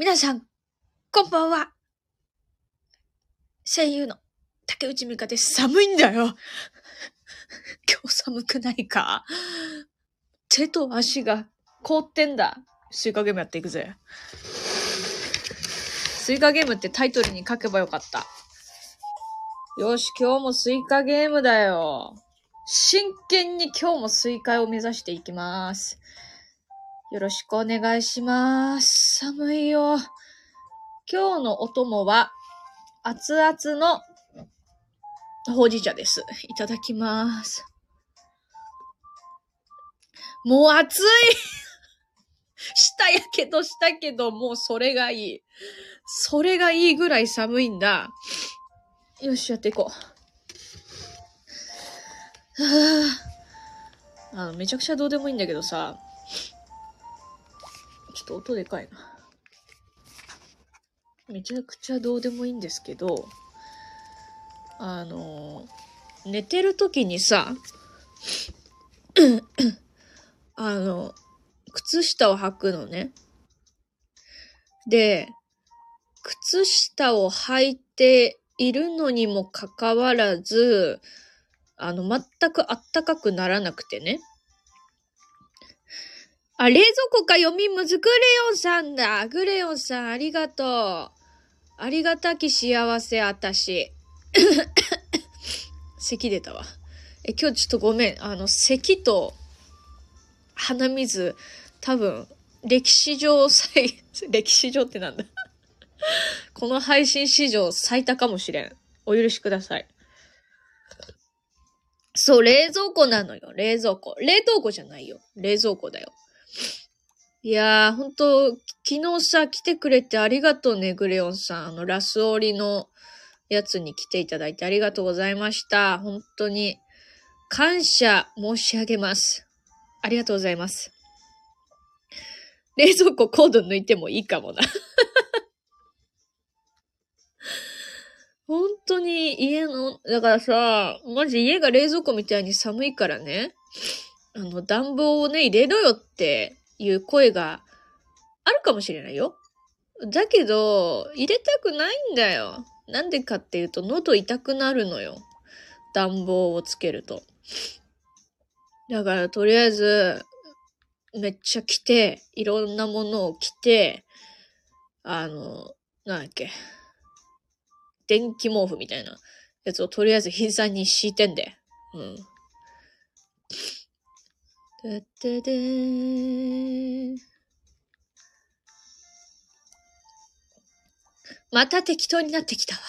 皆さん、こんばんは。声優の竹内美香です。寒いんだよ。今日寒くないか？手と足が凍ってんだ。スイカゲームやっていくぜ。スイカゲームってタイトルに書けばよかった。よし、今日もスイカゲームだよ。真剣に今日もスイカを目指していきます。よろしくお願いします。寒いよ。今日のお供は熱々のほうじ茶です。いただきます。もう暑いしたやけどしたけど、もうそれがいい。それがいいぐらい寒いんだ。よし、やっていこう。めちゃくちゃどうでもいいんだけどさ。ちょっと音でかいな。めちゃくちゃどうでもいいんですけど、寝てる時にさ、靴下を履くのね。で、靴下を履いているのにもかかわらず、全くあったかくならなくてね。あ、冷蔵庫か読みむず、グレヨンさんだ。グレヨンさん、ありがとう。ありがたき幸せ、あたし。咳出たわ。今日ちょっとごめん。咳と鼻水、多分、歴史上ってなんだ。この配信史上最多かもしれん。お許しください。そう、冷蔵庫なのよ。冷蔵庫。冷凍庫じゃないよ。冷蔵庫だよ。いやー、ほんと、昨日さ、来てくれてありがとうね、グレオンさん。ラスオリのやつに来ていただいてありがとうございました。本当に、感謝申し上げます。ありがとうございます。冷蔵庫コード抜いてもいいかもな。本当にだからさ、マジ家が冷蔵庫みたいに寒いからね、暖房をね、入れろよっていう声があるかもしれないよ。だけど、入れたくないんだよ。なんでかっていうと、喉痛くなるのよ。暖房をつけると。だから、とりあえず、めっちゃ着て、いろんなものを着て、なんだっけ。電気毛布みたいなやつをとりあえず膝に敷いてんで。うん。だってでー。また適当になってきたわ。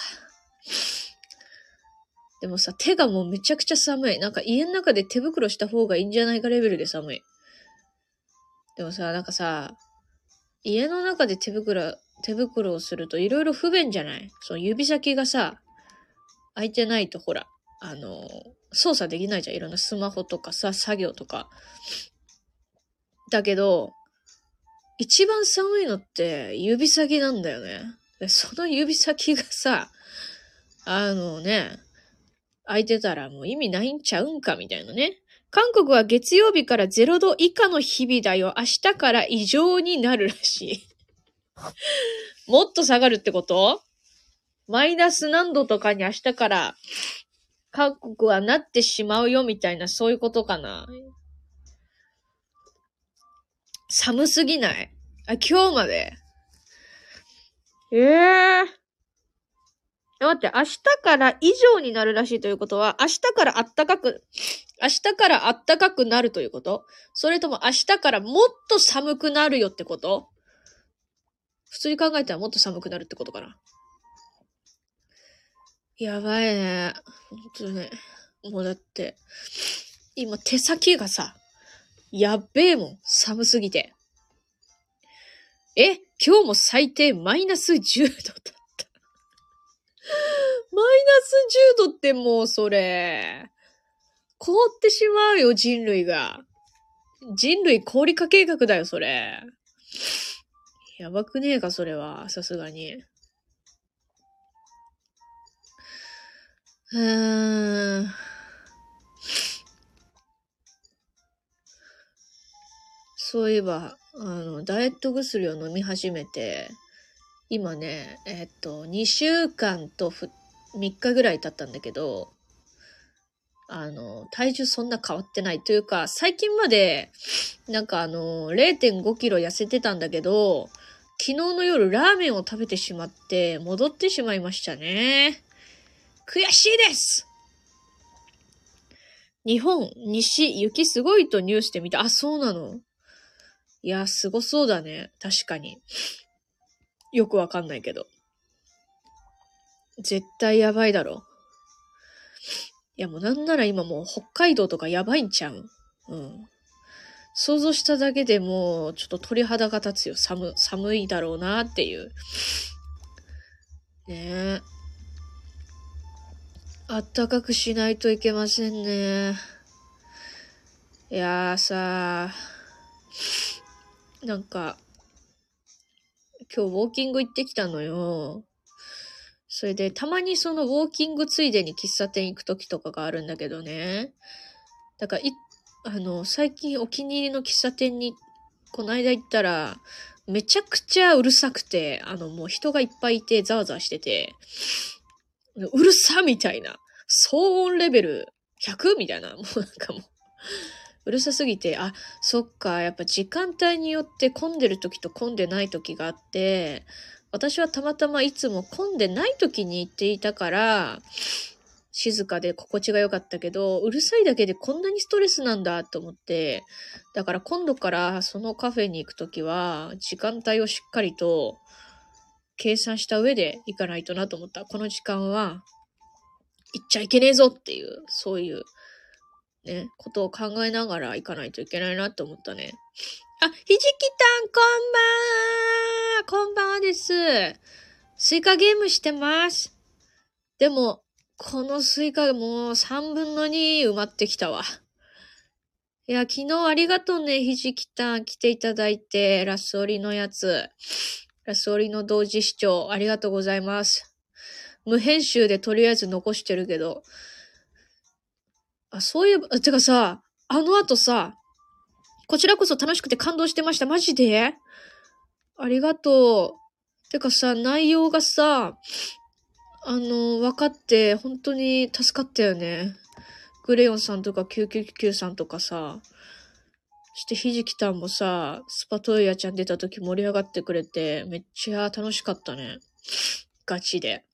でもさ、手がもうめちゃくちゃ寒い。なんか家の中で手袋した方がいいんじゃないかレベルで寒い。でもさ、なんかさ、家の中で手袋をするといろいろ不便じゃない？その指先がさ、空いてないとほら、操作できないじゃん。いろんなスマホとかさ、作業とか。だけど、一番寒いのって指先なんだよね。でその指先がさ、空いてたらもう意味ないんちゃうんかみたいなね。韓国は月曜日から0度以下の日々だよ。明日から異常になるらしい。もっと下がるってこと？マイナス何度とかに明日から韓国はなってしまうよみたいな、そういうことかな。寒すぎない？今日まで。待って、明日から以上になるらしいということは、明日から暖かくなるということ？それとも明日からもっと寒くなるよってこと？普通に考えたらもっと寒くなるってことかな。やばいね。ほんとね。もうだって、今手先がさ、やっべえもん。寒すぎて。今日も最低マイナス10度だった。マイナス10度ってもうそれ、凍ってしまうよ、人類が。人類氷化計画だよ、それ。やばくねえか、それは。さすがに。そういえば、ダイエット薬を飲み始めて、 今ね、2週間と3日ぐらい経ったんだけど、体重そんな変わってないというか、最近まで、0.5キロ痩せてたんだけど、昨日の夜ラーメンを食べてしまって戻ってしまいましたね。悔しいです。日本、西、雪すごいとニュースで見た。あ、そうなの？いや、すごそうだね。確かに。よくわかんないけど。絶対やばいだろ。いや、もうなんなら今もう北海道とかやばいんちゃう？うん。想像しただけでもうちょっと鳥肌が立つよ。寒いだろうなっていう。ねえ。あったかくしないといけませんね。いやーさなんか、今日ウォーキング行ってきたのよ。それで、たまにそのウォーキングついでに喫茶店行く時とかがあるんだけどね。だから、最近お気に入りの喫茶店に、この間行ったら、めちゃくちゃうるさくて、もう人がいっぱいいて、ざわざわしてて、うるさみたいな。騒音レベル 100? みたいな。もうなんかもう、うるさすぎて、あ、そっか、やっぱ時間帯によって混んでる時と混んでない時があって、私はたまたまいつも混んでない時に行っていたから、静かで心地が良かったけど、うるさいだけでこんなにストレスなんだと思って、だから今度からそのカフェに行くときは、時間帯をしっかりと計算した上で行かないとなと思った。この時間は行っちゃいけねえぞっていう、そういうね、ことを考えながら行かないといけないなって思ったね。あ、ひじきたん、こんばんはです。スイカゲームしてます。でも、このスイカもう3分の2埋まってきたわ。いや、昨日ありがとうね、ひじきたん来ていただいて、ラスオリのやつ。ラスオリの同時視聴、ありがとうございます。無編集でとりあえず残してるけど。あ、そういえば、てかさ、あの後さ、こちらこそ楽しくて感動してました。マジで？ありがとう。てかさ、内容がさ、分かって、本当に助かったよね。グレヨンさんとか999さんとかさ、そしてひじきたんもさ、スパトイヤちゃん出た時盛り上がってくれて、めっちゃ楽しかったね。ガチで。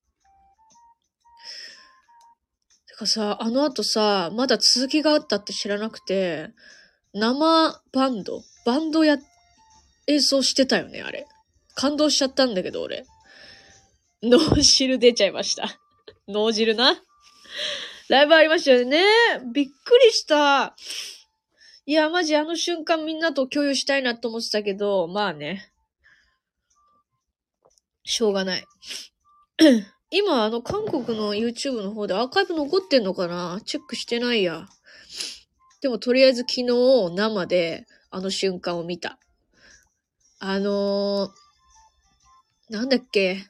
てかさ、あの後さ、まだ続きがあったって知らなくて、生バンド演奏してたよね、あれ。感動しちゃったんだけど、俺。脳汁出ちゃいました。脳汁な。ライブありましたよね。びっくりした。いや、マジあの瞬間みんなと共有したいなと思ってたけど、まあね。しょうがない。今、韓国の YouTube の方でアーカイブ残ってんのかな？チェックしてないや。でも、とりあえず昨日、生で、あの瞬間を見た。なんだっけ。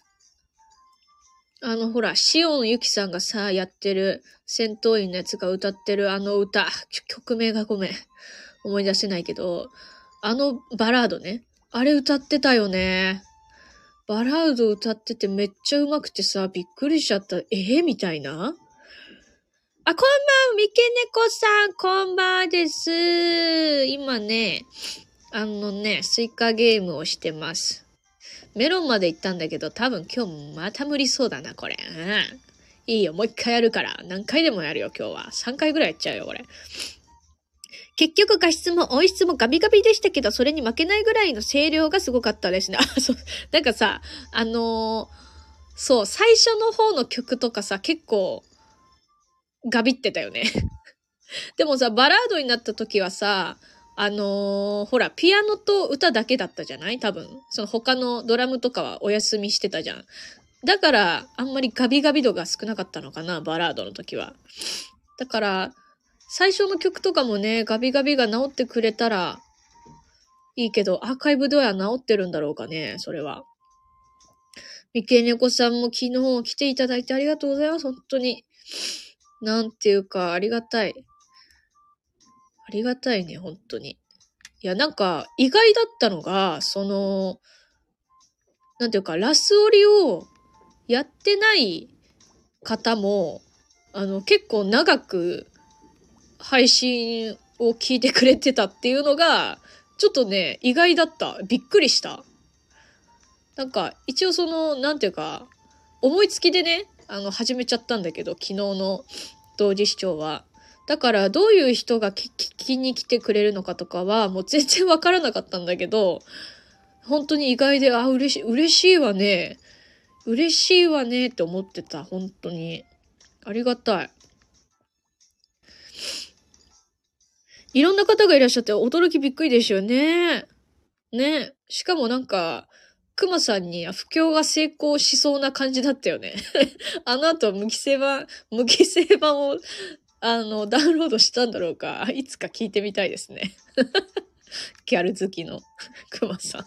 ほら、シオンゆきさんがさ、やってる、戦闘員のやつが歌ってるあの歌。曲名がごめん。思い出せないけど、あのバラードね。あれ歌ってたよね。バラード歌っててめっちゃ上手くてさ、びっくりしちゃった。みたいな。あ、こんばんは、三毛猫さん、こんばんはです。今ね、スイカゲームをしてます。メロンまで行ったんだけど、多分今日また無理そうだな、これ。うん。いいよ、もう一回やるから。何回でもやるよ、今日は。3回ぐらいやっちゃうよ、これ。結局画質も音質もガビガビでしたけど、それに負けないぐらいの声量がすごかったですね。あ、そう。なんかさ、そう、最初の方の曲とかさ、結構、ガビってたよね。でもさ、バラードになった時はさ、ほら、ピアノと歌だけだったじゃない？多分。その他のドラムとかはお休みしてたじゃん。だから、あんまりガビガビ度が少なかったのかな、バラードの時は。だから、最初の曲とかもね、ガビガビが治ってくれたらいいけど、アーカイブでは治ってるんだろうかね、それは。みけねこさんも昨日来ていただいてありがとうございます、本当に。なんていうか、ありがたい。ありがたいね、本当に。いや、なんか、意外だったのが、 なんていうか、ラスオリをやってない方も、結構長く配信を聞いてくれてたっていうのが、ちょっとね、意外だった。びっくりした。なんか、一応なんていうか、思いつきでね、始めちゃったんだけど、昨日の同時視聴は。だから、どういう人が聞きに来てくれるのかとかは、もう全然わからなかったんだけど、本当に意外で、嬉しいわね。嬉しいわねって思ってた、本当に。ありがたい。いろんな方がいらっしゃって驚きびっくりですよね。ね。しかもなんか、クマさんに布教が成功しそうな感じだったよね。あの後無期生版を、ダウンロードしたんだろうか。いつか聞いてみたいですね。ギャル好きのクマさん。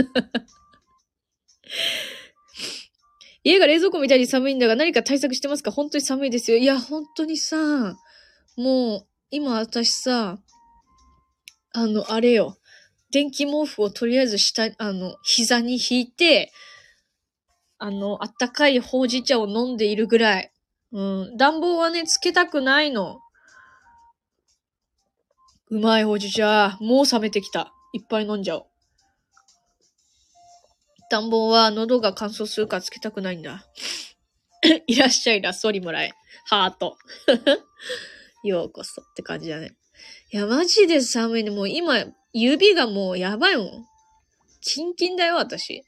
家が冷蔵庫みたいに寒いんだが何か対策してますか？本当に寒いですよ。いや、本当にさ、もう、今私さ、あれよ。電気毛布をとりあえず膝に引いて、あったかいほうじ茶を飲んでいるぐらい。うん。暖房はね、つけたくないの。うまいほうじ茶。もう冷めてきた。いっぱい飲んじゃおう。暖房は喉が乾燥するからつけたくないんだ。いらっしゃい、ラッソリもらえ。ハート。ようこそって感じだね。いや、マジで寒いね。もう今、指がもうやばいもん。キンキンだよ、私。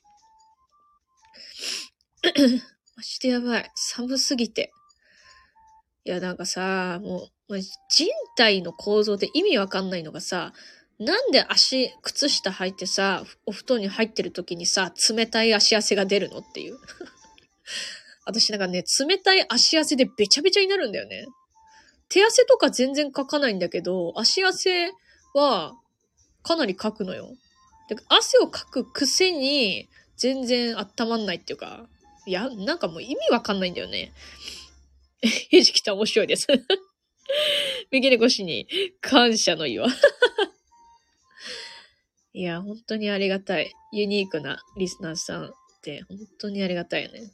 マジでやばい。寒すぎて。いや、なんかさ、もう、人体の構造で意味わかんないのがさ、なんで靴下履いてさ、お布団に入ってる時にさ、冷たい足汗が出るのっていう。私なんかね、冷たい足汗でべちゃべちゃになるんだよね。手汗とか全然かかないんだけど、足汗はかなりかくのよ。で汗をかくくせに全然温まんないっていうか、いや、なんかもう意味わかんないんだよね。ひじきた面白いです。右猫氏に感謝の意は。いや、本当にありがたい。ユニークなリスナーさんって本当にありがたいよね。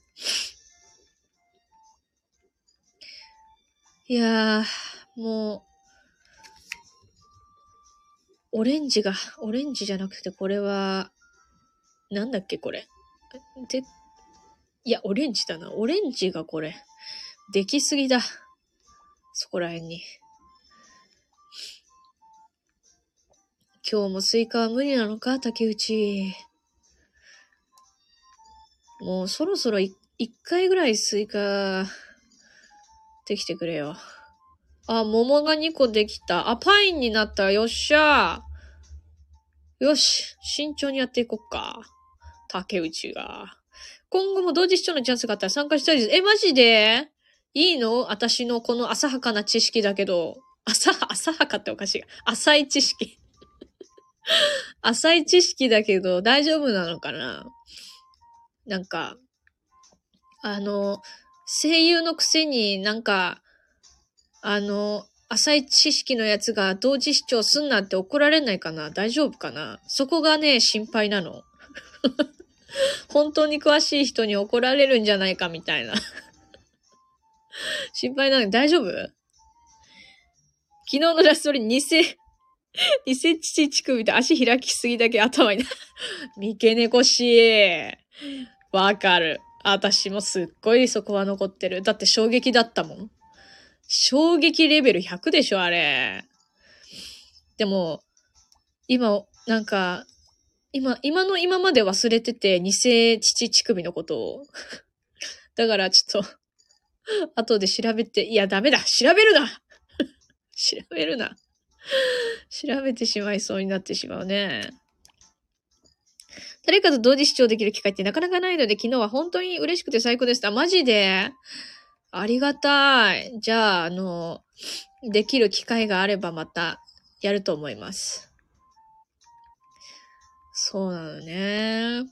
いやー、もう、オレンジじゃなくてこれは、なんだっけこれ。いや、オレンジだな。オレンジがこれ。できすぎだ。そこら辺に。今日もスイカは無理なのか竹内。もうそろそろ一回ぐらいスイカ、できてくれよ。あ、桃が2個できた。あ、パインになった。よっしゃー。よし。慎重にやっていこっか。竹内が。今後も同時視聴のチャンスがあったら参加したいです。マジでいいの？私のこの浅はかな知識だけど。浅はかっておかしい。浅い知識。浅い知識だけど大丈夫なのかな？なんか、声優のくせになんか、浅い知識のやつが同時視聴すんなって怒られないかな？大丈夫かな？そこがね、心配なの。本当に詳しい人に怒られるんじゃないかみたいな。心配なのに大丈夫？昨日のラストに偽乳乳首で足開きすぎだけ頭に。三毛猫しい。わかる。私もすっごいそこは残ってる。だって衝撃だったもん。衝撃レベル100でしょ、あれ。でも、なんか、今まで忘れてて、偽乳乳首のことを。だからちょっと、後で調べて、いや、ダメだ調べるな調べるな調べてしまいそうになってしまうね。誰かと同時視聴できる機会ってなかなかないので、昨日は本当に嬉しくて最高でした。マジでありがたい。じゃあ、できる機会があればまたやると思います。そうなのね。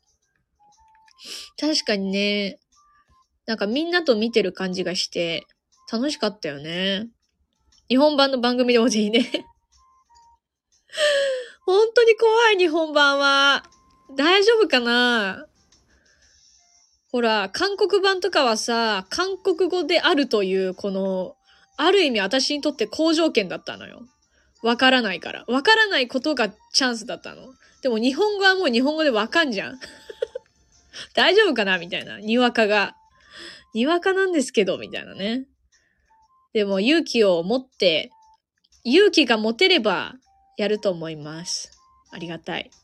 確かにね、なんかみんなと見てる感じがして楽しかったよね。日本版の番組でもぜひね。本当に怖い日本版は。 大丈夫かな？ほら、韓国版とかはさ、韓国語であるという、この、ある意味私にとって好条件だったのよ。わからないから。わからないことがチャンスだったの。でも日本語はもう日本語でわかんじゃん。大丈夫かなみたいな。にわかが。にわかなんですけど、みたいなね。でも勇気を持って、勇気が持てればやると思います。ありがたい。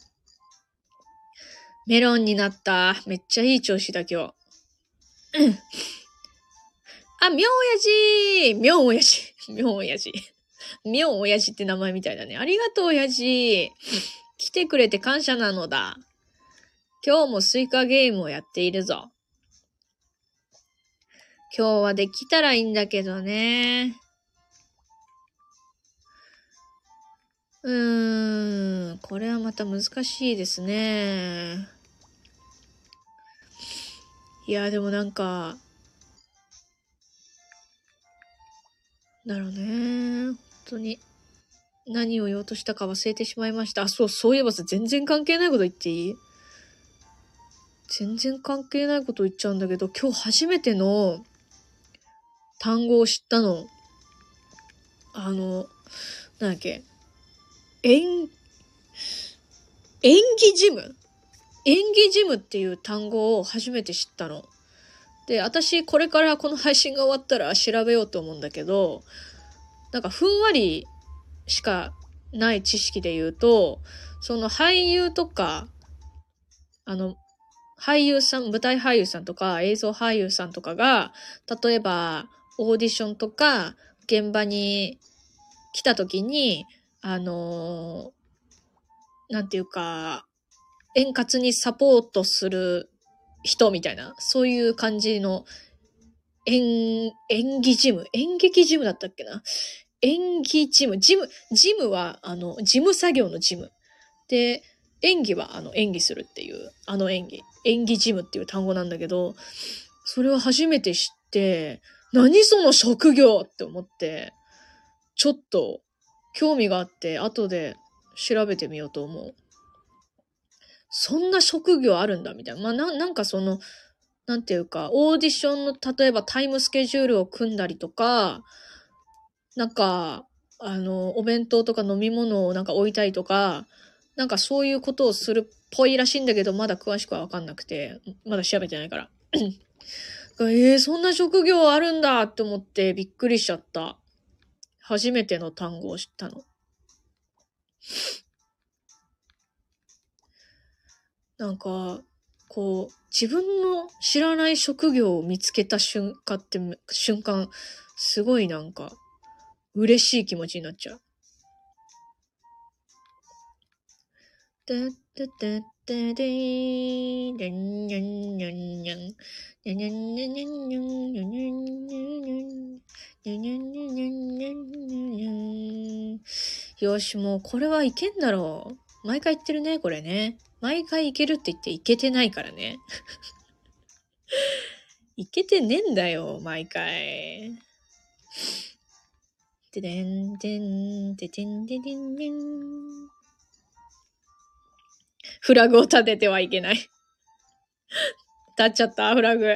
メロンになった。めっちゃいい調子だ今日。あ、みょん親父みょん親父みょん親父みょん親父って名前みたいだね。ありがとう親父。来てくれて感謝なのだ。今日もスイカゲームをやっているぞ。今日はできたらいいんだけどね。これはまた難しいですね。いや、でもなんか、だろうね。本当に。何を言おうとしたか忘れてしまいました。あ、そういえばさ、全然関係ないこと言っていい？全然関係ないこと言っちゃうんだけど、今日初めての単語を知ったの。なんだっけ。演技ジム演技ジムっていう単語を初めて知ったの。で、私これからこの配信が終わったら調べようと思うんだけど、なんかふんわりしかない知識で言うと、その俳優とか、俳優さん、舞台俳優さんとか映像俳優さんとかが、例えばオーディションとか現場に来た時に、なんていうか、円滑にサポートする人みたいな、そういう感じの演技ジム、演劇ジムだったっけな。演技ジム、ジムは、事務作業のジム。で、演技は、演技するっていう、演技ジムっていう単語なんだけど、それを初めて知って、何その職業って思って、ちょっと興味があって、後で調べてみようと思う。そんな職業あるんだみたいな。まあ、なんかその、なんていうか、オーディションの、例えばタイムスケジュールを組んだりとか、なんか、お弁当とか飲み物をなんか置いたりとか、なんかそういうことをするっぽいらしいんだけど、まだ詳しくはわかんなくて、まだ調べてないから。そんな職業あるんだって思ってびっくりしちゃった。初めての単語を知ったの。なんか、こう、自分の知らない職業を見つけた瞬間、すごいなんか、嬉しい気持ちになっちゃう。よし、もうこれはいけんだろう。毎回言ってるね、これね。毎回いけるって言っていけてないからね。いけてねえんだよ、毎回。ででんでんででんででんでん。フラグを立ててはいけない。立っちゃった、フラグ。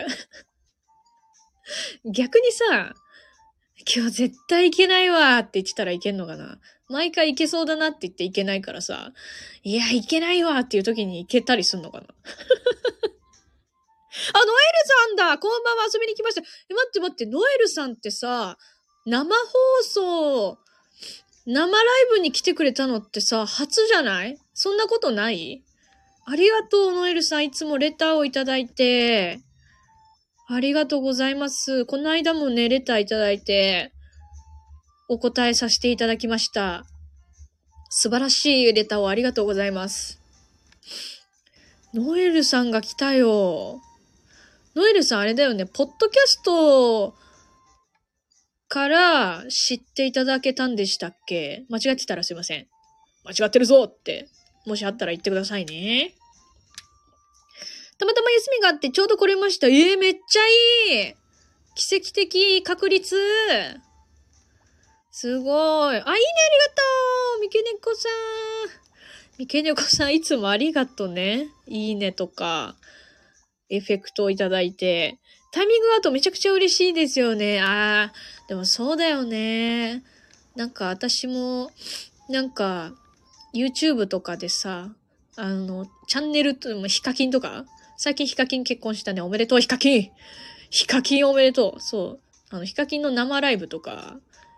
逆にさ、今日絶対いけないわって言ってたらいけんのかな。毎回いけそうだなって言っていけないからさ、いや、いけないわっていう時にいけたりすんのかな。あ、ノエルさんだ、こんばんは、遊びに来ました。待って、ノエルさんってさ、生放送、生ライブに来てくれたのってさ、初じゃない？そんなことない？ありがとう、ノエルさん。いつもレターをいただいて。ありがとうございます。この間もね、レターいただいて、お答えさせていただきました。素晴らしいレターをありがとうございます。ノエルさんが来たよ。ノエルさんあれだよね、ポッドキャストから知っていただけたんでしたっけ？間違ってたらすいません。間違ってるぞって、もしあったら言ってくださいね。たまたま休みがあってちょうど来れました。めっちゃいい！奇跡的確率！すごい。あ、いいね、ありがとう！三毛猫さん。 三毛猫さんいつもありがとね。いいねとか、エフェクトをいただいて。タイミングアウトめちゃくちゃ嬉しいですよね。でもそうだよね。なんか私も、なんか、YouTube とかでさ、チャンネルと、ヒカキンとか最近ヒカキン結婚したね。おめでとう、ヒカキンヒカキンおめでとう。そう。ヒカキンの生ライブとか、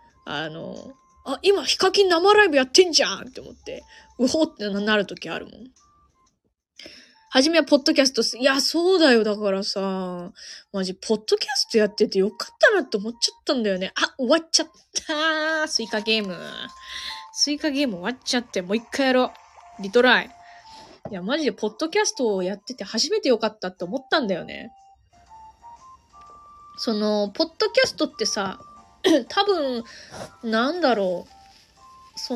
今ヒカキン生ライブやってんじゃんって思って、うほってなるときあるもん。はじめはポッドキャストいや、そうだよ。だからさ、マジ、ポッドキャストやっててよかったなって思っちゃったんだよね。終わっちゃったー。スイカゲーム終わっちゃって、もう一回やろう。リトライ。いや、マジでポッドキャストをやってて初めてよかったって思ったんだよね。ポッドキャストってさ、多分、なんだろう。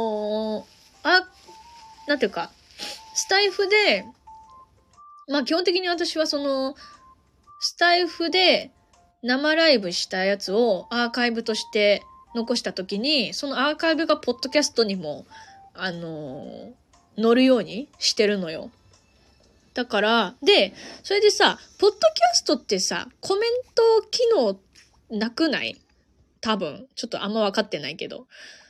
なんていうか、スタイフで、基本的に私はスタイフで生ライブしたやつをアーカイブとして残したときに、そのアーカイブがポッドキャストにも、載るようにしてるのよ。だから、それでさ、ポッドキャストってさ、コメント機能なくない？多分。ちょっとあんま分かってないけど。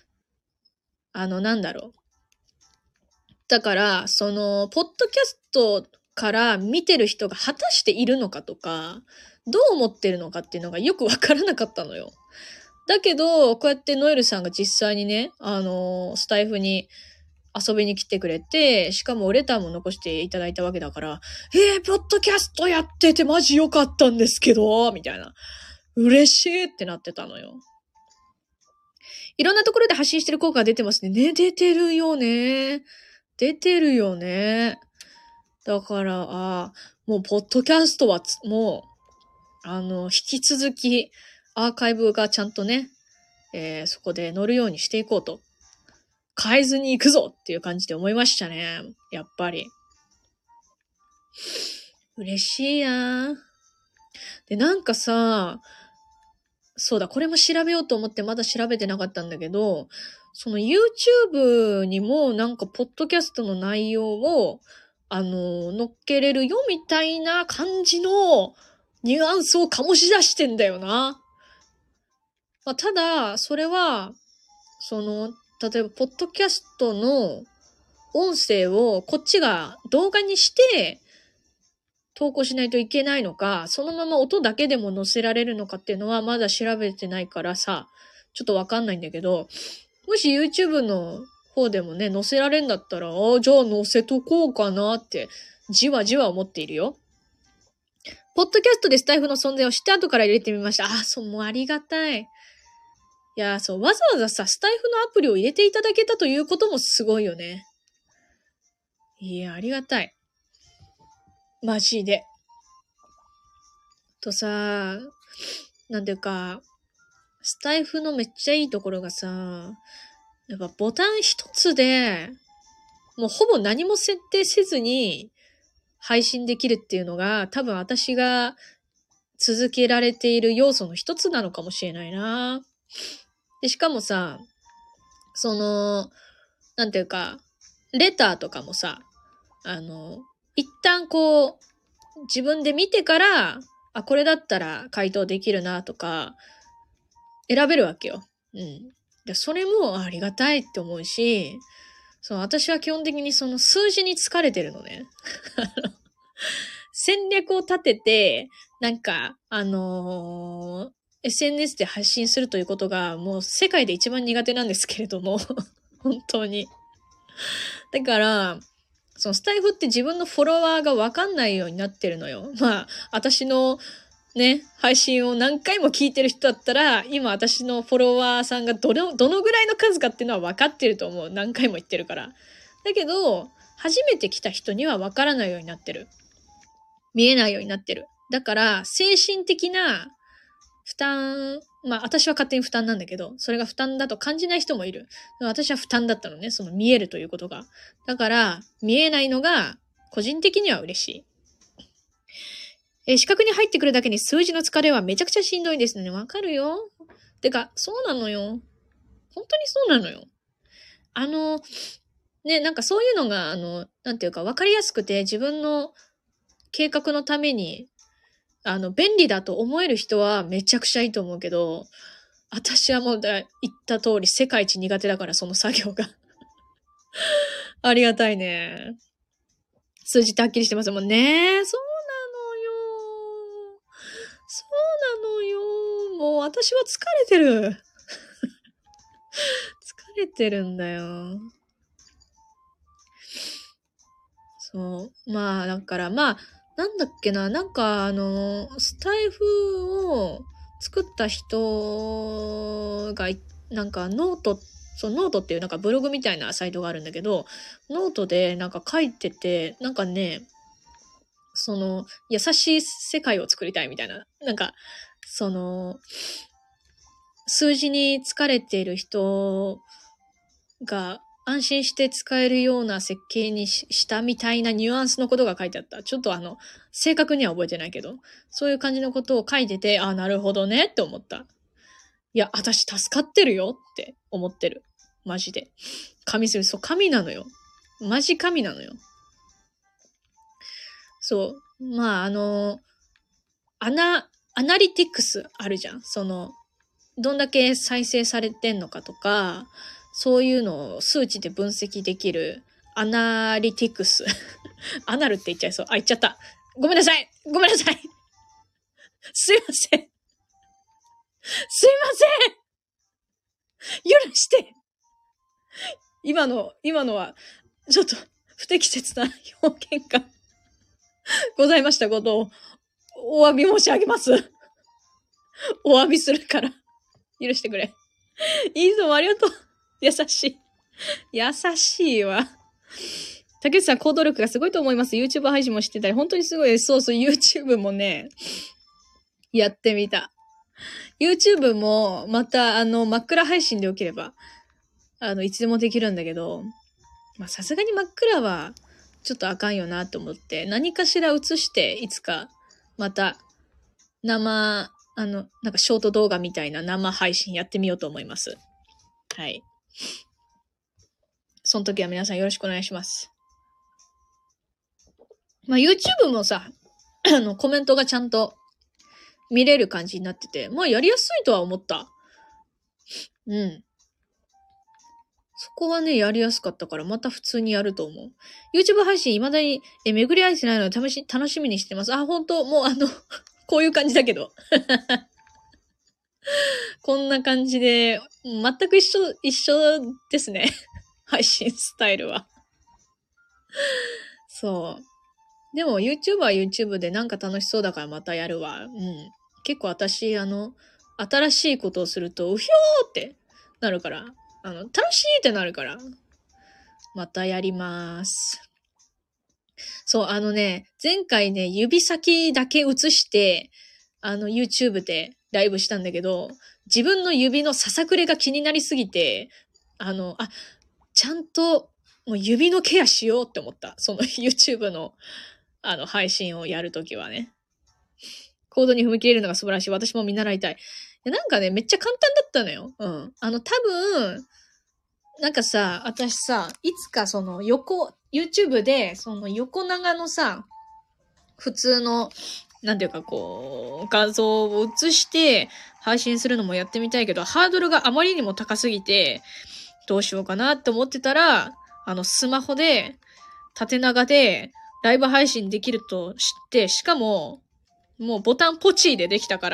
なんだろう。だから、ポッドキャストから見てる人が果たしているのかとか、どう思ってるのかっていうのがよくわからなかったのよ。だけど、こうやってノエルさんが実際にね、スタイフに遊びに来てくれて、しかもレターも残していただいたわけだから、ポッドキャストやっててマジ良かったんですけど、みたいな。嬉しいってなってたのよ。いろんなところで発信してる効果が出てますね。ね、出てるよね。出てるよね。だから、もう、ポッドキャストは、もう、引き続き、アーカイブがちゃんとね、そこで載るようにしていこうと。変えずに行くぞっていう感じで思いましたね。やっぱり。嬉しいな。で、なんかさ、そうだ、これも調べようと思ってまだ調べてなかったんだけど、YouTube にもなんかポッドキャストの内容を、乗っけれるよみたいな感じのニュアンスを醸し出してんだよな。ただ、それは、例えば、ポッドキャストの音声をこっちが動画にして投稿しないといけないのか、そのまま音だけでも載せられるのかっていうのはまだ調べてないからさ、ちょっとわかんないんだけど、もし YouTube の方でもね、載せられるんだったら、じゃあ載せとこうかなって、じわじわ思っているよ。ポッドキャストでスタイフの存在を知って後から入れてみました。もうありがたい。いや、わざわざさ、スタイフのアプリを入れていただけたということもすごいよね。いや、ありがたい。マジで。とさ、なんていうか、スタイフのめっちゃいいところがさ、やっぱボタン一つで、もうほぼ何も設定せずに配信できるっていうのが、多分私が続けられている要素の一つなのかもしれないな。で、しかもさ、なんていうか、レターとかもさ、一旦自分で見てから、これだったら回答できるなとか、選べるわけよ。で、それもありがたいって思うし、私は基本的に数字に疲れてるのね。戦略を立てて、なんか、SNS で発信するということがもう世界で一番苦手なんですけれども、本当に。だから、スタイフって自分のフォロワーがわかんないようになってるのよ。私のね、配信を何回も聞いてる人だったら、今私のフォロワーさんがどのぐらいの数かっていうのは分かってると思う。何回も言ってるから。だけど、初めて来た人には分からないようになってる。見えないようになってる。だから、精神的な負担、私は勝手に負担なんだけど、それが負担だと感じない人もいる。私は負担だったのね、見えるということが。だから、見えないのが、個人的には嬉しい。視覚に入ってくるだけに数字の疲れはめちゃくちゃしんどいですね。わかるよ。てか、そうなのよ。本当にそうなのよ。 ね、なんかそういうのが、なんていうか分かりやすくて自分の計画のために、便利だと思える人はめちゃくちゃいいと思うけど、私はもう言った通り世界一苦手だからその作業が。ありがたいね。数字ってはっきりしてますもんね。そうなのよ。そうなのよ。もう私は疲れてる。疲れてるんだよ。そう。まあ、だからまあ、なんだっけな、なんかスタイフを作った人が、なんかノートっていうなんかブログみたいなサイトがあるんだけど、ノートでなんか書いてて、なんかね、優しい世界を作りたいみたいな、なんか、数字に疲れている人が安心して使えるような設計にしたみたいなニュアンスのことが書いてあった。ちょっと正確には覚えてないけど、そういう感じのことを書いてて、あ、なるほどねって思った。いや、私助かってるよって思ってる。マジで。そう、神なのよ。マジ神なのよ。そう。まあ、アナリティクスあるじゃん。どんだけ再生されてんのかとか、そういうのを数値で分析できるアナリティクス。アナルって言っちゃいそう。あ、言っちゃった。ごめんなさい。ごめんなさい。すいません。すいません。許して。今のは、ちょっと不適切な表現がございましたことをお詫び申し上げます。お詫びするから許してくれ。いいぞ、ありがとう。優しい。優しいわ。竹内さん、行動力がすごいと思います。YouTube 配信もしてたり、本当にすごいです。そうそう、YouTube もね、やってみた。YouTube も、また、真っ暗配信でよければ、いつでもできるんだけど、まあ、さすがに真っ暗は、ちょっとあかんよなと思って、何かしら映して、いつか、また、なんかショート動画みたいな生配信やってみようと思います。はい。その時は皆さんよろしくお願いします。まあ、YouTube もさ、コメントがちゃんと見れる感じになってて、まあ、やりやすいとは思った。うん。そこはね、やりやすかったから、また普通にやると思う。YouTube 配信未だに、巡り合えてないので楽しみにしてます。あ、本当もうこういう感じだけど。こんな感じで、全く一緒ですね。配信スタイルは。そう。でも YouTube は YouTube でなんか楽しそうだからまたやるわ。うん。結構私、新しいことをすると、うひょーってなるから、楽しいってなるから、またやります。そう、前回ね、指先だけ映して、YouTube でライブしたんだけど、自分の指のささくれが気になりすぎて、ちゃんと、もう指のケアしようって思った。その YouTube の、配信をやるときはね。コードに踏み切れるのが素晴らしい。私も見習いたい。なんかね、めっちゃ簡単だったのよ。うん。多分、なんかさ、私さ、いつかYouTube で、横長のさ、普通の、なんていうか画像を映して配信するのもやってみたいけど、ハードルがあまりにも高すぎて、どうしようかなって思ってたら、スマホで、縦長で、ライブ配信できると知って、しかも、もうボタンポチーでできたから、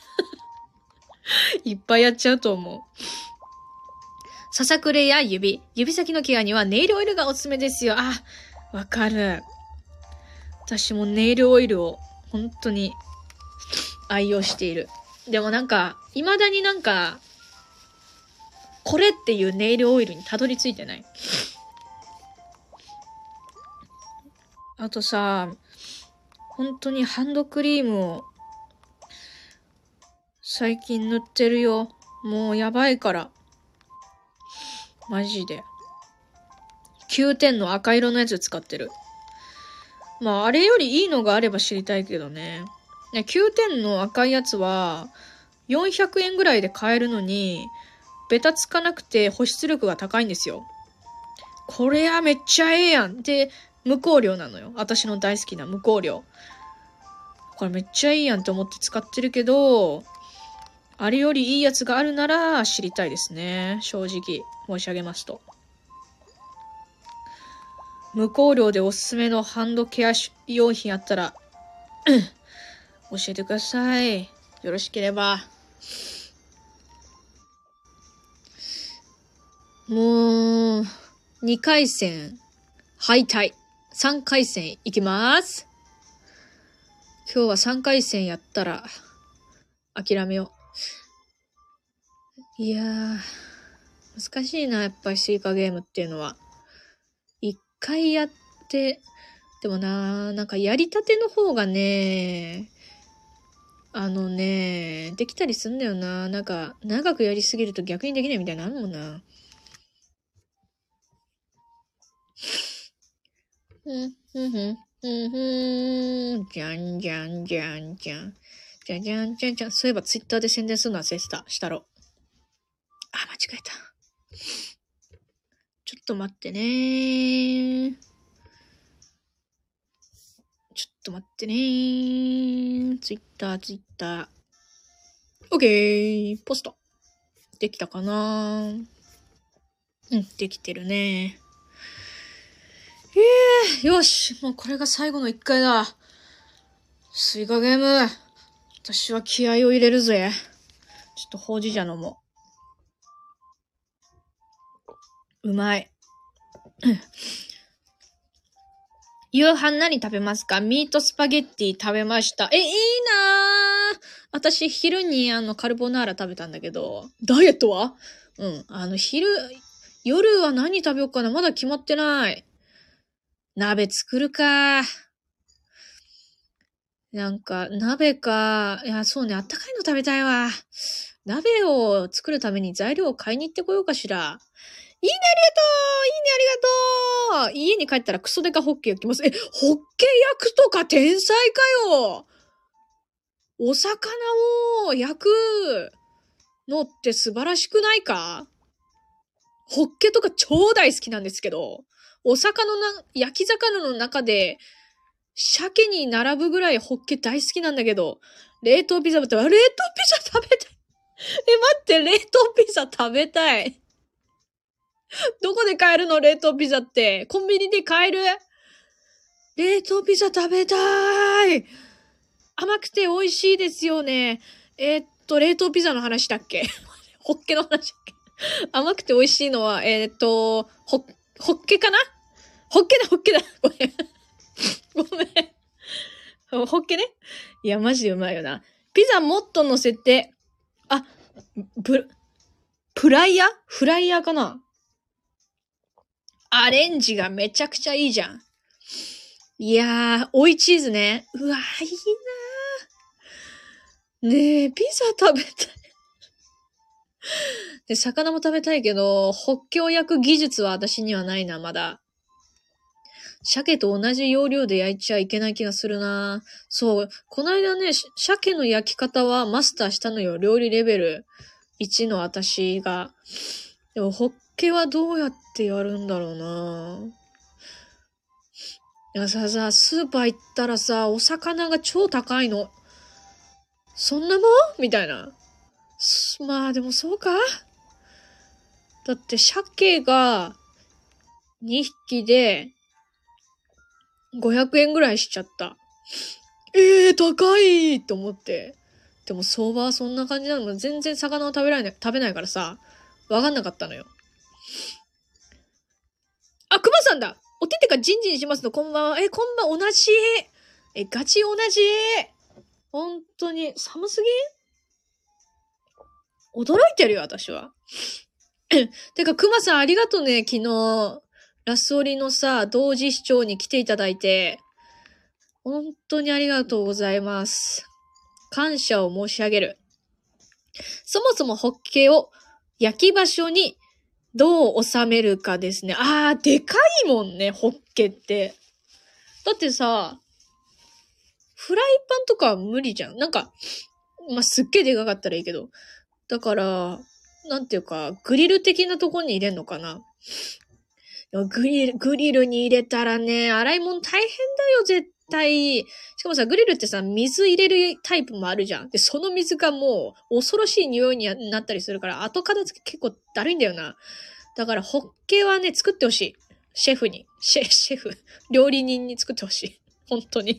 いっぱいやっちゃうと思う。ささくれや指先のケアにはネイルオイルがおすすめですよ。あ、わかる。私もネイルオイルを本当に愛用している。でもなんか、未だになんか、これっていうネイルオイルにたどり着いてない。あとさ、本当にハンドクリームを最近塗ってるよ。もうやばいから。マジで。9点の赤色のやつ使ってる。まあ、あれよりいいのがあれば知りたいけどね。9点の赤いやつは、400円ぐらいで買えるのに、ベタつかなくて保湿力が高いんですよ。 これはめっちゃええやん。で、無香料なのよ。私の大好きな無香料。これめっちゃいいやんと思って使ってるけど、あれよりいいやつがあるなら知りたいですね。正直申し上げますと。無香料でおすすめのハンドケア用品あったら、教えてください。よろしければ。もう、2回戦、敗退。3回戦いきます。今日は3回戦やったら、諦めよう。いやー、難しいな、やっぱりスイカゲームっていうのは。1回やって、でもなんかやりたての方がね、できたりすんだよな。なんか、長くやりすぎると逆にできないみたいなのあるもんな。じゃんじゃんじゃんじゃん。じゃんじゃんじゃんじゃん。そういえばツイッターで宣伝するの忘れてた。したろ。あ、間違えた。ちょっと待ってね。ちょっと待ってね。ツイッター。オッケー。ポスト。できたかな？できてるね。よし。もうこれが最後の1回だ。スイカゲーム。私は気合を入れるぜ。ちょっとほうじ茶飲もう。うまい。夕飯何食べますか？ミートスパゲッティ食べました。いいなぁ。私、昼にカルボナーラ食べたんだけど、ダイエットは？夜は何食べようかな？まだ決まってない。鍋作るか。なんか、鍋か。いや、そうね、あったかいの食べたいわ。鍋を作るために材料を買いに行ってこようかしら。いいね、ありがとう家に帰ったらクソデカホッケ焼きます。ホッケ焼くとか天才かよお魚を焼くのって素晴らしくないか？ホッケとか超大好きなんですけど、焼き魚の中で、鮭に並ぶぐらいホッケ大好きなんだけど、冷凍ピザ食べたい。待って、冷凍ピザ食べたい。どこで買えるの？冷凍ピザって。コンビニで買える？冷凍ピザ食べたい。甘くて美味しいですよね。冷凍ピザの話だっけ？ホッケの話だっけ？甘くて美味しいのは、ホッケかな？ホッケだ。ごめん。ホッケね。いや、マジでうまいよな。ピザもっと乗せて、フライヤーかな？アレンジがめちゃくちゃいいじゃん。いやー、追いチーズね。うわー、いいなー。ねえ、ピザ食べたい。で、魚も食べたいけど、ホッケを焼く技術は私にはないな、まだ。鮭と同じ要領で焼いちゃいけない気がするな。そう。この間ね、鮭の焼き方はマスターしたのよ。料理レベル1の私が。でも、ホッケはどうやってやるんだろうな。いやさ、スーパー行ったらさ、お魚が超高いの。そんなもんみたいな。まあでもそうか。だって鮭が2匹で500円ぐらいしちゃった。高いと思って。でも相場はそんな感じなの。全然魚を食べないからさ、わかんなかったのよ。あ、熊さんだ！おててかジンジンしますの、こんばんは。こんばん同じ。ガチ同じ。本当に、寒すぎん？驚いてるよ、私は。てか、熊さんありがとね、昨日。ラスオリのさ、同時視聴に来ていただいて。本当にありがとうございます。感謝を申し上げる。そもそもホッケを焼き場所にどう収めるかですね。でかいもんね、ホッケって。だってさ、フライパンとかは無理じゃん。なんか、すっげえでかかったらいいけど。だから、なんていうか、グリル的なとこに入れんのかな。 グリルに入れたらね、洗い物大変だよ、絶対。しかもさ、グリルってさ、水入れるタイプもあるじゃん。で、その水がもう、恐ろしい匂いになったりするから、後片付け結構だるいんだよな。だから、ホッケはね、作ってほしい。シェフに。シェフ。料理人に作ってほしい。本当に。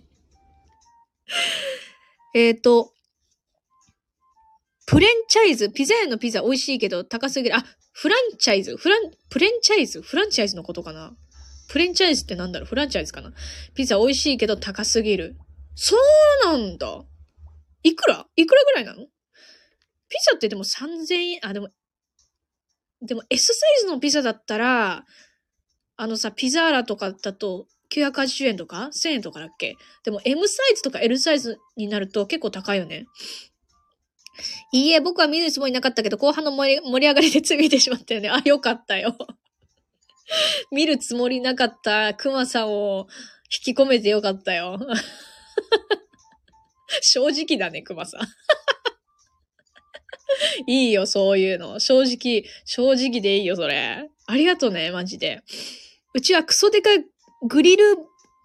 プレンチャイズ。ピザ屋のピザ美味しいけど高すぎる。あ、プレンチャイズのことかな。プレンチャイズってなんだろう、フランチャイズかな。ピザ美味しいけど高すぎる。そうなんだ。いくらぐらいなの？ピザってでも3000円、でも S サイズのピザだったら、ピザーラとかだと980円とか1000円とかだっけ？でも M サイズとか L サイズになると結構高いよね。いいえ、僕は見るつもりなかったけど、後半の盛り上がりでつい見てしまったよね。あ、よかったよ。見るつもりなかったクマさんを引き込めてよかったよ。正直だね、クマさん。いいよ、そういうの。正直でいいよ、それ。ありがとうね、マジで。うちはクソデカグリル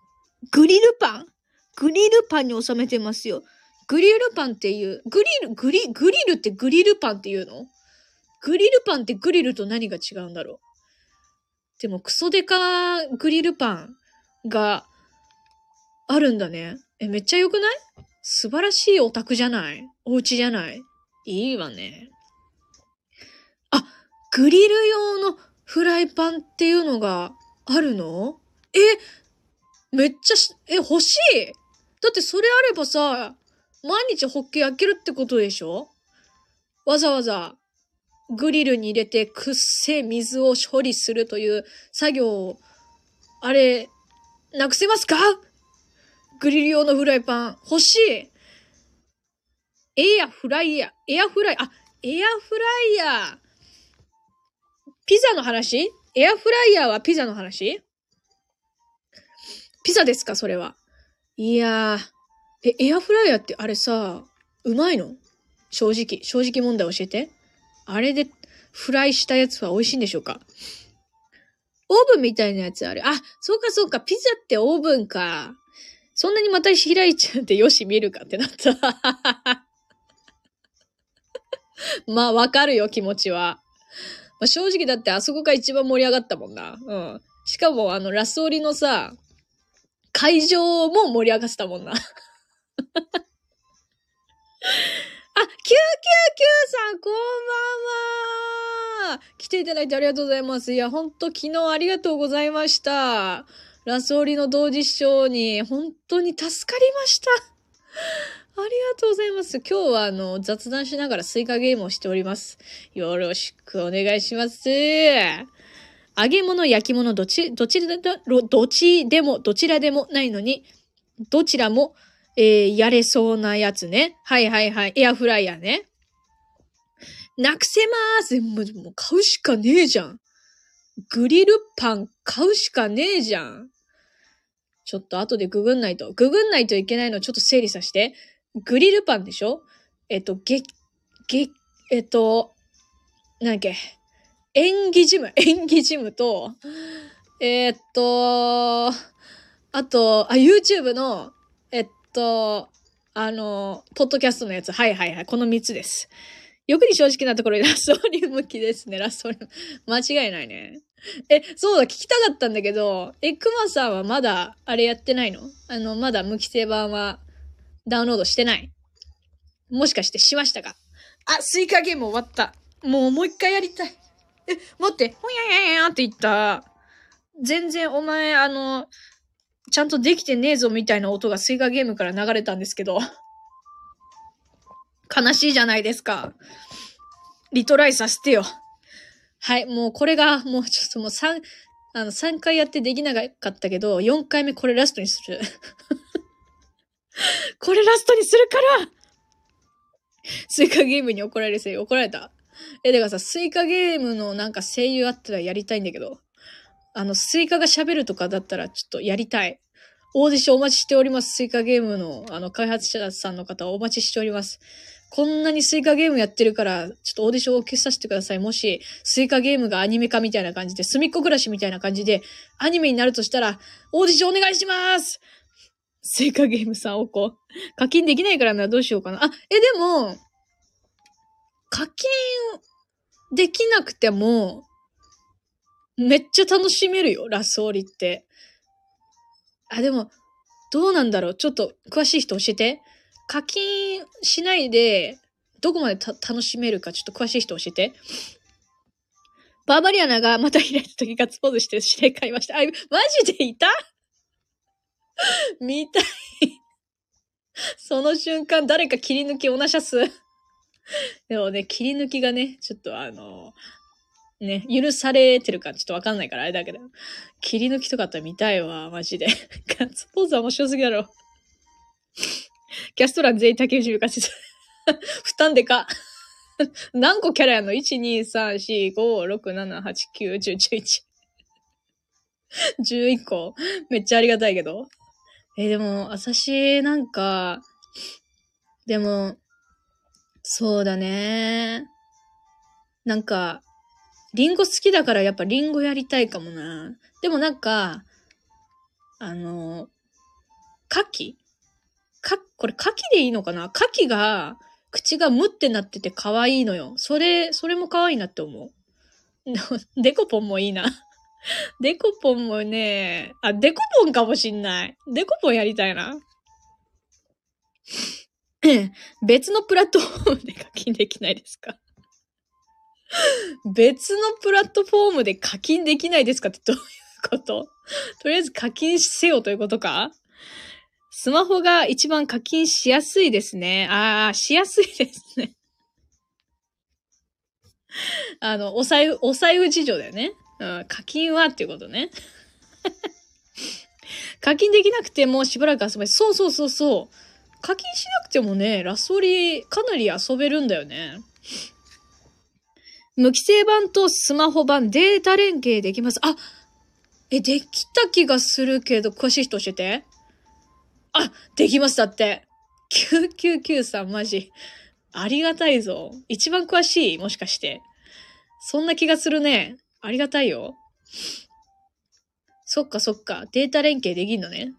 パンに収めてますよ。グリルパンっていう、グリルってグリルパンっていうの？グリルパンってグリルと何が違うんだろう？でもクソデカグリルパンがあるんだね。めっちゃ良くない？素晴らしいお宅じゃない？お家じゃない？いいわね。あ、グリル用のフライパンっていうのがあるの？めっちゃ欲しい！だってそれあればさ、毎日ホッケ焼けるってことでしょ？わざわざグリルに入れてくっせえ水を処理するという作業を、あれ、なくせますか？グリル用のフライパン欲しい！エアフライヤー。ピザの話？エアフライヤーはピザの話？ピザですか、それは。いやー、エアフライヤーってあれさ、うまいの？正直問題教えて。あれでフライしたやつは美味しいんでしょうか？オーブンみたいなやつある。あ、そうか、ピザってオーブンか。そんなにまた開いちゃってよし見るかってなった。まあわかるよ、気持ちは。まあ、正直だってあそこが一番盛り上がったもんな。うん。しかもラスオリのさ、会場も盛り上がってたもんな。あ、999さん、こんばんは。来ていただいてありがとうございます。いや、ほんと昨日ありがとうございました。ラスオリの同時視聴に、本当に助かりました。ありがとうございます。今日は雑談しながらスイカゲームをしております。よろしくお願いします。揚げ物、焼き物、どちらでもないのに、どちらも、やれそうなやつね。はい。エアフライヤーね。なくせまーす。もう買うしかねえじゃん。グリルパン買うしかねえじゃん。ちょっと後でググんないといけないのちょっと整理させて。グリルパンでしょ？なんだっけ。演技ジムと、あと、YouTube の、ポッドキャストのやつ。はい。この3つです。欲に正直なところでラストリ向きですね。ラストリ間違いないね。そうだ、聞きたかったんだけど、クマさんはまだ、あれやってないの？まだ無期生版はダウンロードしてない？もしかしてしましたか？あ、スイカゲーム終わった。もう一回やりたい。待って、ほややって言った。全然お前、ちゃんとできてねえぞみたいな音がスイカゲームから流れたんですけど。悲しいじゃないですか。リトライさせてよ。はい、もうこれが、もうちょっともう3回やってできなかったけど、4回目これラストにする。これラストにするからスイカゲームに怒られた。だからさ、スイカゲームのなんか声優あったらやりたいんだけど、スイカが喋るとかだったらちょっとやりたい。オーディションお待ちしております。スイカゲームの開発者さんの方お待ちしております。 こんなにスイカゲームやってるから、ちょっとオーディションを受けさせてください。もし、スイカゲームがアニメ化みたいな感じで、隅っこ暮らしみたいな感じで、アニメになるとしたら、オーディションお願いしますスイカゲーム3億。課金できないからな、どうしようかな。でも、課金できなくても、めっちゃ楽しめるよ、ラスオリって。でも、どうなんだろう。ちょっと、詳しい人教えて。課金しないで、どこまで楽しめるか、ちょっと詳しい人教えて。バーバリアナがまた開いた時ガッツポーズして指令買いました。マジでいた見たい。その瞬間、誰か切り抜きおなしゃす。でもね、切り抜きがね、ちょっとね、許されてるかちょっとわかんないからあれだけど。切り抜きとかあったら見たいわ、マジで。ガッツポーズは面白すぎだろ。キャスト欄全員竹内美香ち負担でか。何個キャラやんの ?1、2、3、4、5、6、7、8、9、10、11。11個めっちゃありがたいけど。でも、私、でも、そうだね。リンゴ好きだからやっぱリンゴやりたいかもな。でも牡蠣これ牡蠣でいいのかな？牡蠣が、口がムってなってて可愛いのよ。それも可愛いなって思う。デコポンもいいな。デコポンもね、デコポンかもしんない。デコポンやりたいな。別のプラットフォームで課金できないですか？別のプラットフォームで課金できないですかってどういうこと？とりあえず課金せよということか？スマホが一番課金しやすいですね。しやすいですね。お財布事情だよね。課金はっていうことね。課金できなくてもしばらく遊べ。そう。課金しなくてもね、ラスオリかなり遊べるんだよね。無規制版とスマホ版データ連携できます。できた気がするけど、詳しい人教えて。できますだって。9993マジ。ありがたいぞ。一番詳しいもしかして。そんな気がするね。ありがたいよ。そっか。データ連携できんのね。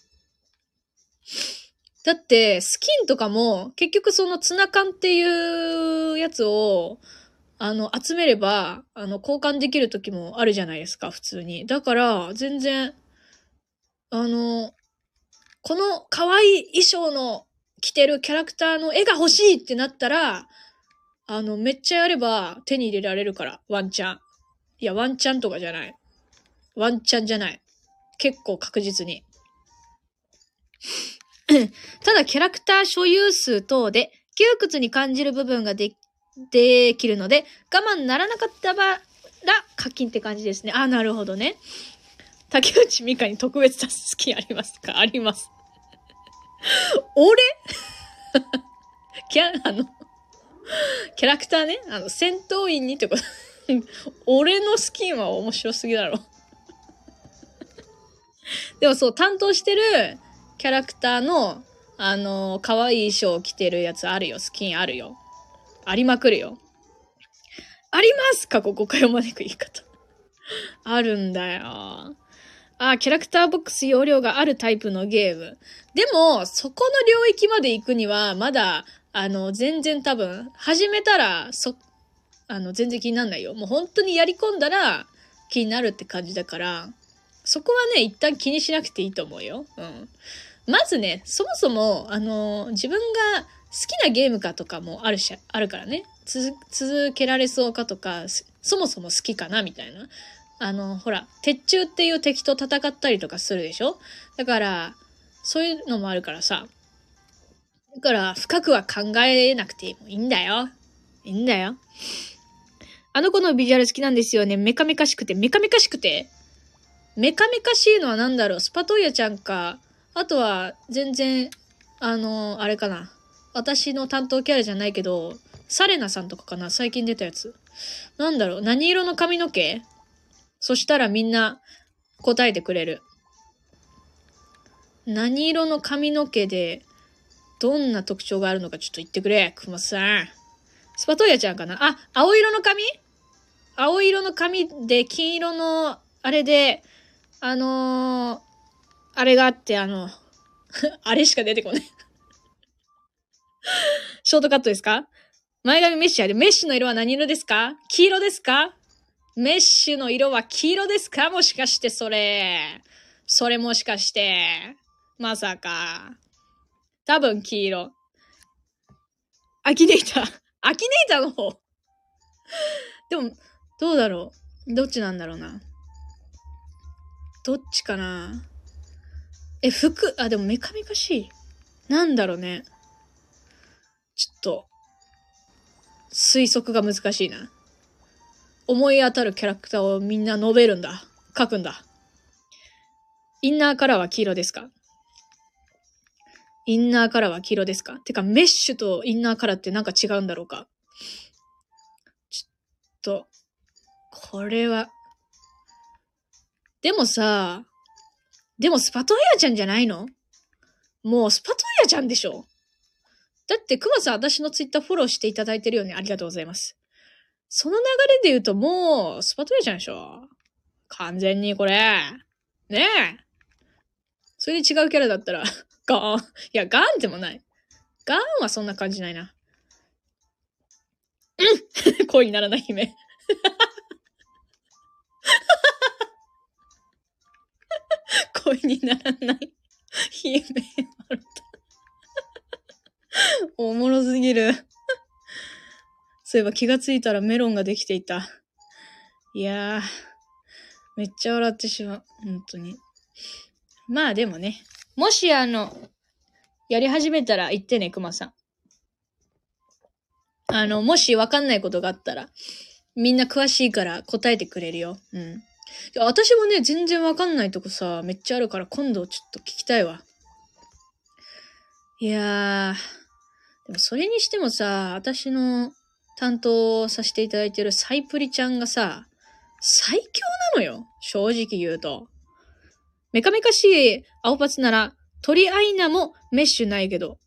だって、スキンとかも、結局そのツナ缶っていうやつを、集めれば、交換できる時もあるじゃないですか、普通に。だから、全然、この可愛い衣装の着てるキャラクターの絵が欲しいってなったら、めっちゃやれば手に入れられるから、ワンチャン。いや、ワンチャンとかじゃない。ワンチャンじゃない。結構確実に。ただ、キャラクター所有数等で、窮屈に感じる部分ができるので、我慢ならなかったら課金って感じですね。なるほどね。竹内美香に特別な好きありますか？あります。俺キャラクターね。戦闘員にってこと。俺のスキンは面白すぎだろ。でもそう、担当してるキャラクターの、可愛い衣装を着てるやつあるよ。スキンあるよ。ありまくるよ。ありますか？誤解を招く言い方。あるんだよ。キャラクターボックス容量があるタイプのゲーム。でも、そこの領域まで行くには、まだ、全然多分、始めたら、全然気になんないよ。もう本当にやり込んだら、気になるって感じだから、そこはね、一旦気にしなくていいと思うよ。まずね、そもそも、自分が好きなゲームかとかもあるからね。続けられそうかとか、そもそも好きかなみたいな。ほら、鉄柱っていう敵と戦ったりとかするでしょ？だから、そういうのもあるからさ。だから、深くは考えなくていいんだよ。いいんだよ。あの子のビジュアル好きなんですよね。メカメカしくて。メカメカしいのは何だろう？スパトイヤちゃんか。あとは、全然、あれかな。私の担当キャラじゃないけど、サレナさんとかかな？最近出たやつ。なんだろう？何色の髪の毛？そしたらみんな答えてくれる。何色の髪の毛で、 どんな特徴があるのかちょっと言ってくれ、くまさん。スパトーヤちゃんかなあ、青色の髪で金色の、あれで、あれがあって、あれしか出てこない。ショートカットですか？前髪メッシュある。メッシュの色は何色ですか？黄色ですか？メッシュの色は黄色ですか？もしかしてそれもしかして。まさか。多分黄色。アキネーターの方。でも、どうだろう。どっちなんだろうな。どっちかな。でもメカメカしい。なんだろうね。ちょっと、推測が難しいな。思い当たるキャラクターをみんな述べるんだ。書くんだ。インナーカラーは黄色ですか？インナーカラーは黄色ですか？てか、メッシュとインナーカラーってなんか違うんだろうか？ちょっと、これは。でもスパトーヤちゃんじゃないの？もうスパトーヤちゃんでしょ？だって、クマさん私のツイッターフォローしていただいてるよね。ありがとうございます。その流れで言うともう、スパトーヤちゃんでしょ？完全にこれ。ねえ。それで違うキャラだったら、ガーン。いや、ガーンでもない。ガーンはそんな感じないな。恋にならない姫。恋にならない姫。おもろすぎる。そういえば気がついたらメロンができていた。いやー、めっちゃ笑ってしまう。本当に。まあでもね。もしやり始めたら言ってね、くまさん。もしわかんないことがあったら、みんな詳しいから答えてくれるよ。うん。いや私もね、全然わかんないとこさ、めっちゃあるから今度ちょっと聞きたいわ。いやー、でもそれにしてもさ、私の担当させていただいてるサイプリちゃんがさ、最強なのよ。正直言うと。メカメカしい青パツなら、トリアイナもメッシュないけど。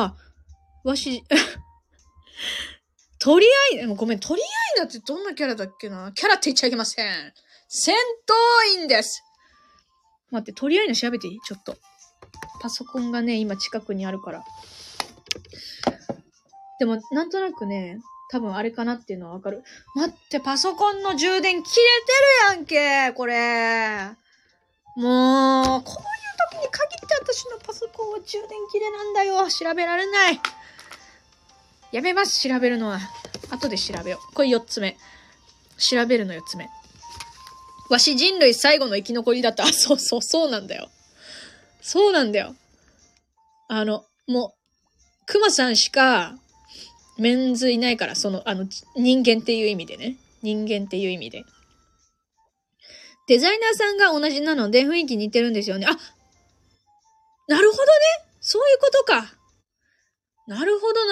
トリアイナ、ごめん、トリアイナってどんなキャラだっけな？キャラって言っちゃいけません。戦闘員です。待って、トリアイナ調べていい？ちょっと。パソコンがね、今近くにあるから。でも、なんとなくね、多分あれかなっていうのはわかる。待って、パソコンの充電切れてるやんけ、これ。もう、こういう時に限って私のパソコンは充電切れなんだよ。調べられない。やめます、調べるのは。後で調べよう。これ4つ目。調べるの4つ目。わし人類最後の生き残りだった。そうなんだよ。そうなんだよ。もう、クマさんしか、メンズいないから、人間っていう意味でね。人間っていう意味で。デザイナーさんが同じなので雰囲気似てるんですよね。あ、なるほどね。そういうことか。なるほど。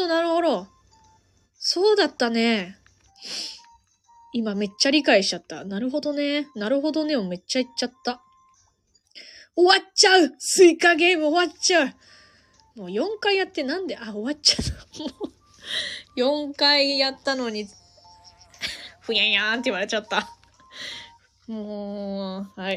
そうだったね。今めっちゃ理解しちゃった。なるほどねをめっちゃ言っちゃった。終わっちゃう！スイカゲーム終わっちゃう！もう4回やってなんで、終わっちゃう。もう、4回やったのに、ふややーんって言われちゃった。もう、はい。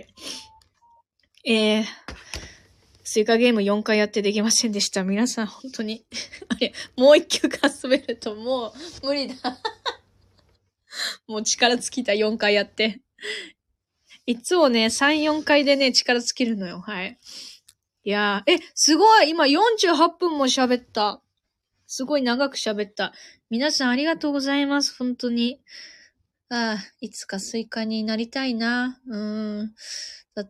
スイカゲーム4回やってできませんでした。皆さん本当に。あれ、もう1球か滑るともう無理だ。もう力尽きた4回やって。いつもね、3、4回でね、力尽きるのよ。はい。いやー、すごい今48分も喋った。すごい長く喋った。皆さんありがとうございます。本当に。いつかスイカになりたいな。だって、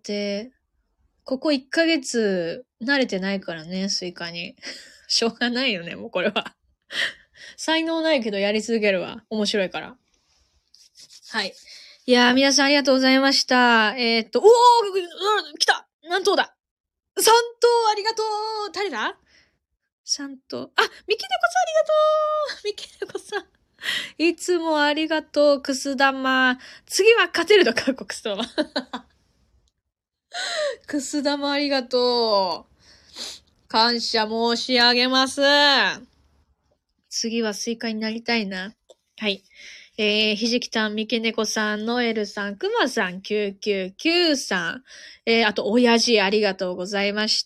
ここ1ヶ月慣れてないからね、スイカに。しょうがないよね、もうこれは。才能ないけどやり続けるわ。面白いから。はい。いやー、皆さんありがとうございました。来た！何頭だ？ 3 頭ありがとう！誰だ？ 3 頭。ミキネコさんありがとう！ミキネコさん。いつもありがとう、くす玉。次は勝てるのか、くす玉。くす玉ありがとう。 感謝申し上げます。次はスイカになりたいな。はい。ひじきたん、みけねこさん、ノエルさん、くまさん、999さん、あと、親父ありがとうございました。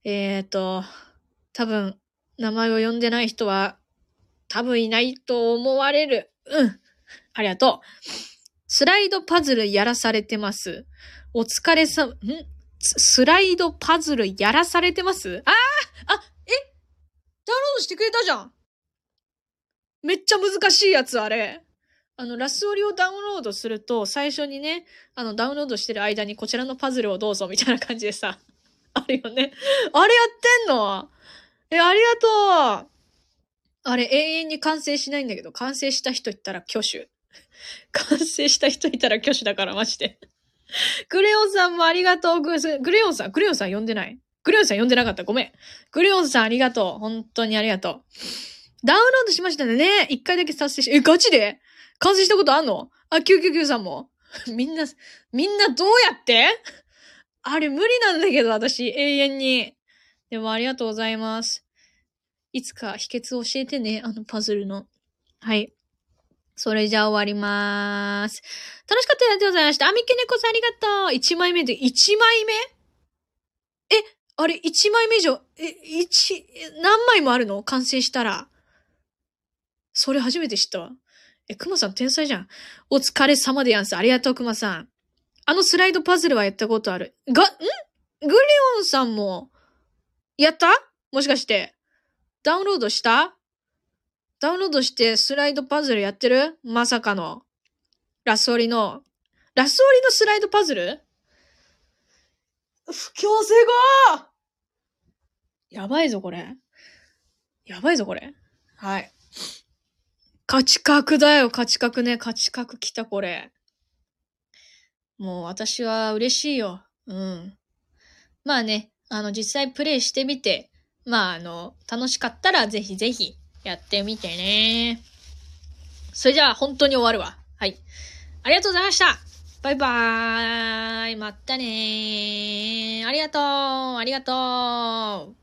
多分、名前を呼んでない人は、多分いないと思われる。うん。ありがとう。スライドパズルやらされてます。お疲れさ、スライドパズルやらされてますダウンロードしてくれたじゃん。めっちゃ難しいやつ、あれ。ラスオリをダウンロードすると、最初にね、ダウンロードしてる間にこちらのパズルをどうぞ、みたいな感じでさ、あるよね。あれやってんの？ありがとう。あれ、永遠に完成しないんだけど、完成した人いったら挙手。完成した人いたら挙手だから、マジで。クレヨンさんもありがとう。クレヨンさん呼んでない。クレヨンさん呼んでなかった。ごめん。クレヨンさんありがとう。本当にありがとう。ダウンロードしましたね。一回だけ達成し、ガチで完成したことあんの？999さんも。みんなどうやってあれ無理なんだけど、私、永遠に。でもありがとうございます。いつか秘訣教えてね、パズルの。はい。それじゃあ終わりまーす。楽しかったありがとうございました。あみけねこさんありがとう。1枚目で、1枚目あれ、1枚目以上、何枚もあるの？完成したら。それ初めて知ったわ。くまさん天才じゃん。お疲れ様でやんす。ありがとう、くまさん。スライドパズルはやったことある。グリオンさんも、やった？もしかして。ダウンロードした？ダウンロードしてスライドパズルやってる？まさかの。ラスオリのスライドパズル？不況性がやばいぞ、これ。はい。価値格だよ、価値格ね。価値格来た、これ。もう私は嬉しいよ。うん。まあね、実際プレイしてみて、楽しかったらぜひぜひやってみてね。それじゃあ本当に終わるわ。はい。ありがとうございました。バイバーイ。またねー。ありがとう。